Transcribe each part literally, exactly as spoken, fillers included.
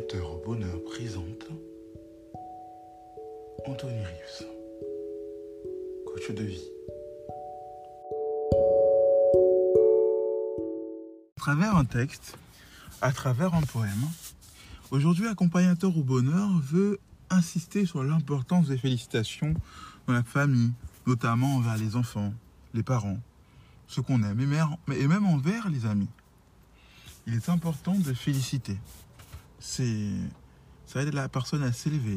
Accompagnateur au bonheur présente Anthony Rives, coach de vie. À travers un texte, à travers un poème, aujourd'hui Accompagnateur au bonheur veut insister sur l'importance des félicitations dans la famille, notamment envers les enfants, les parents, ceux qu'on aime, et même envers les amis. Il est important de féliciter. C'est, ça aide la personne à s'élever.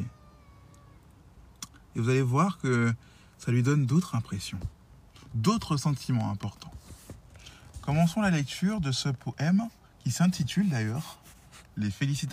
Et vous allez voir que ça lui donne d'autres impressions, d'autres sentiments importants. Commençons la lecture de ce poème qui s'intitule d'ailleurs « Les félicitations ».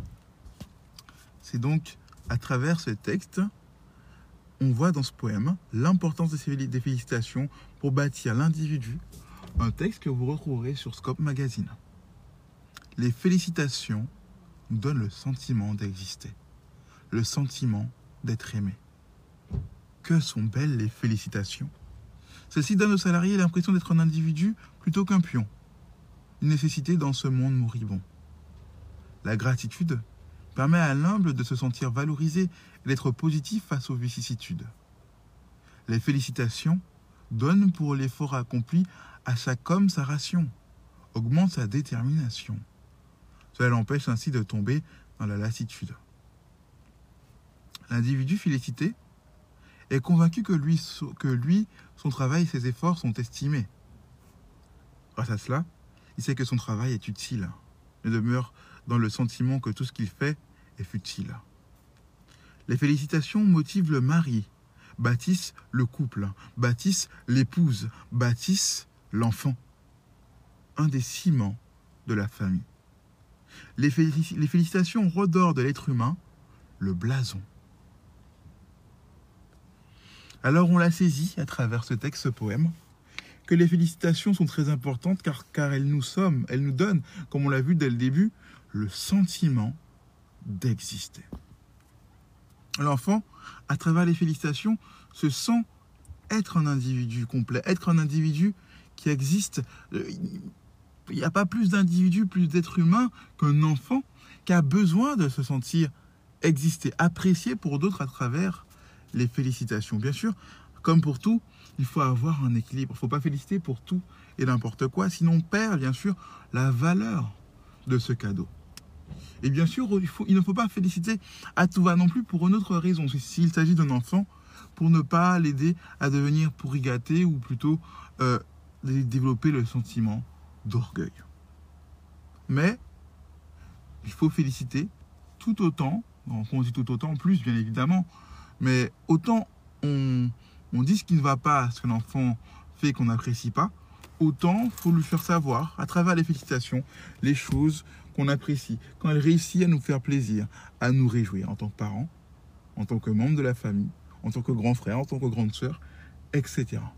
C'est donc à travers ce texte, on voit dans ce poème l'importance des félicitations pour bâtir l'individu, un texte que vous retrouverez sur Scope Magazine. Les félicitations nous donnent le sentiment d'exister, le sentiment d'être aimé. Que sont belles les félicitations! Celles-ci donnent aux salariés l'impression d'être un individu plutôt qu'un pion, une nécessité dans ce monde moribond. La gratitude permet à l'humble de se sentir valorisé et d'être positif face aux vicissitudes. Les félicitations donnent pour l'effort accompli à chaque homme sa ration, augmentent sa détermination. Cela l'empêche ainsi de tomber dans la lassitude. L'individu félicité est convaincu que lui, que lui, son travail et ses efforts sont estimés. Grâce à cela, il sait que son travail est utile, et demeure dans le sentiment que tout ce qu'il fait est futile. Les félicitations motivent le mari, bâtissent le couple, bâtissent l'épouse, bâtissent l'enfant. Un des ciments de la famille. Les, félic- les félicitations redorent de l'être humain le blason. Alors on l'a saisi à travers ce texte, ce poème, que les félicitations sont très importantes car, car elles nous sommes, elles nous donnent, comme on l'a vu dès le début, le sentiment d'exister. L'enfant, à travers les félicitations, se sent être un individu complet, être un individu qui existe. Il n'y a pas plus d'individus, plus d'êtres humains qu'un enfant qui a besoin de se sentir exister, apprécié pour d'autres à travers les félicitations. Bien sûr, comme pour tout, il faut avoir un équilibre. Il ne faut pas féliciter pour tout et n'importe quoi, sinon on perd bien sûr la valeur de ce cadeau. Et bien sûr, il, faut, il ne faut pas féliciter à tout va non plus pour une autre raison. S'il s'agit d'un enfant, pour ne pas l'aider à devenir pourri gâté ou plutôt euh, développer le sentiment d'orgueil. Mais il faut féliciter tout autant, quand on dit tout autant, plus bien évidemment, mais autant on, on dit ce qui ne va pas, ce que l'enfant fait qu'on n'apprécie pas, autant il faut lui faire savoir, à travers les félicitations, les choses qu'on apprécie, quand elle réussit à nous faire plaisir, à nous réjouir en tant que parents, en tant que membre de la famille, en tant que grand frère, en tant que grande sœur, et cetera.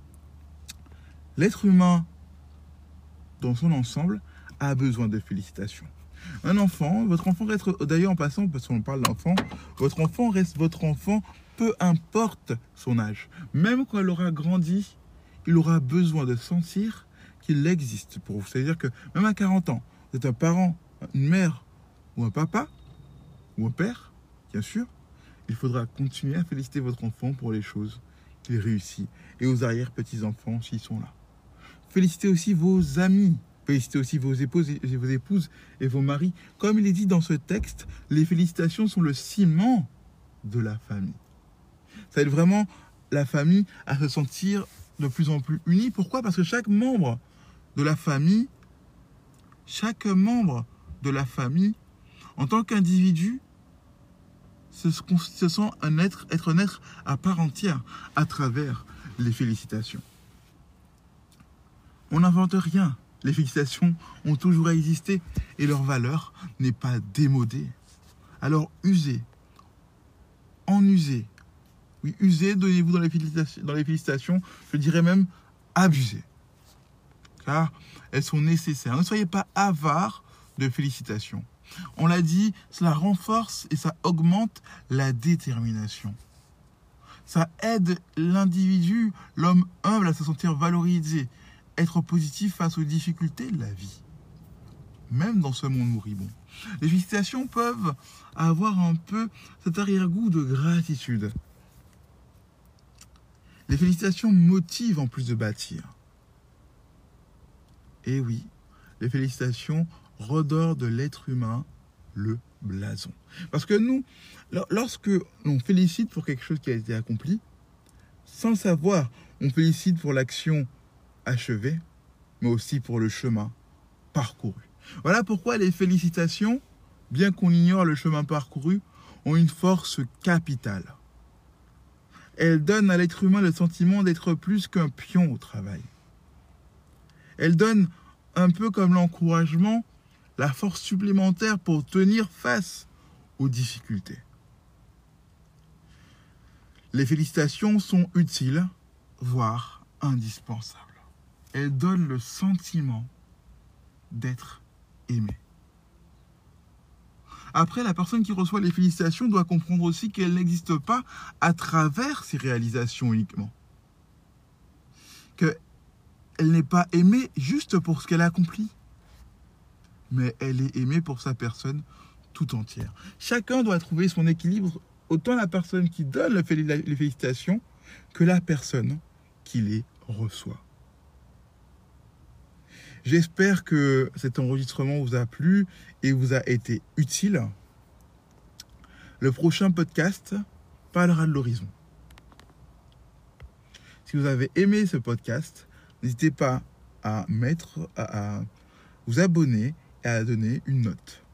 L'être humain, dans son ensemble, a besoin de félicitations. Un enfant, votre enfant reste, d'ailleurs en passant, parce qu'on parle d'enfant, votre enfant reste votre enfant, peu importe son âge. Même quand il aura grandi, il aura besoin de sentir qu'il existe pour vous. C'est-à-dire que même à quarante ans, vous êtes un parent, une mère ou un papa, ou un père, bien sûr, il faudra continuer à féliciter votre enfant pour les choses qu'il réussit. Et aux arrière-petits-enfants s'ils sont là. Félicitez aussi vos amis. Félicitez aussi vos épouses, et vos épouses et vos maris. Comme il est dit dans ce texte, les félicitations sont le ciment de la famille. Ça aide vraiment la famille à se sentir de plus en plus unie. Pourquoi? Parce que chaque membre de la famille, chaque membre de la famille, en tant qu'individu, se, se sent un être, être un être à part entière à travers les félicitations. On n'invente rien. Les félicitations ont toujours existé et leur valeur n'est pas démodée. Alors usez, en usez. Oui, usez, donnez-vous dans les félicitations, dans les félicitations, je dirais même abusez. Car elles sont nécessaires. Ne soyez pas avares de félicitations. On l'a dit, cela renforce et ça augmente la détermination. Ça aide l'individu, l'homme humble à se sentir valorisé, être positif face aux difficultés de la vie. même dans ce monde moribond. Les félicitations peuvent avoir un peu cet arrière-goût de gratitude. Les félicitations motivent en plus de bâtir. Et oui, les félicitations redorent de l'être humain le blason. Parce que nous, lorsque l'on félicite pour quelque chose qui a été accompli, sans savoir, on félicite pour l'action achevée, mais aussi pour le chemin parcouru. Voilà pourquoi les félicitations, bien qu'on ignore le chemin parcouru, ont une force capitale. Elles donnent à l'être humain le sentiment d'être plus qu'un pion au travail. Elles donnent, un peu comme l'encouragement, la force supplémentaire pour tenir face aux difficultés. Les félicitations sont utiles, voire indispensables. Elles donnent le sentiment d'être aimé. Après, la personne qui reçoit les félicitations doit comprendre aussi qu'elle n'existe pas à travers ses réalisations uniquement. Qu'elle n'est pas aimée juste pour ce qu'elle a accompli, mais elle est aimée pour sa personne tout entière. Chacun doit trouver son équilibre, autant la personne qui donne les félicitations que la personne qui les reçoit. J'espère que cet enregistrement vous a plu et vous a été utile. Le prochain podcast parlera de l'horizon. Si vous avez aimé ce podcast, n'hésitez pas à mettre, à, à vous abonner et à donner une note.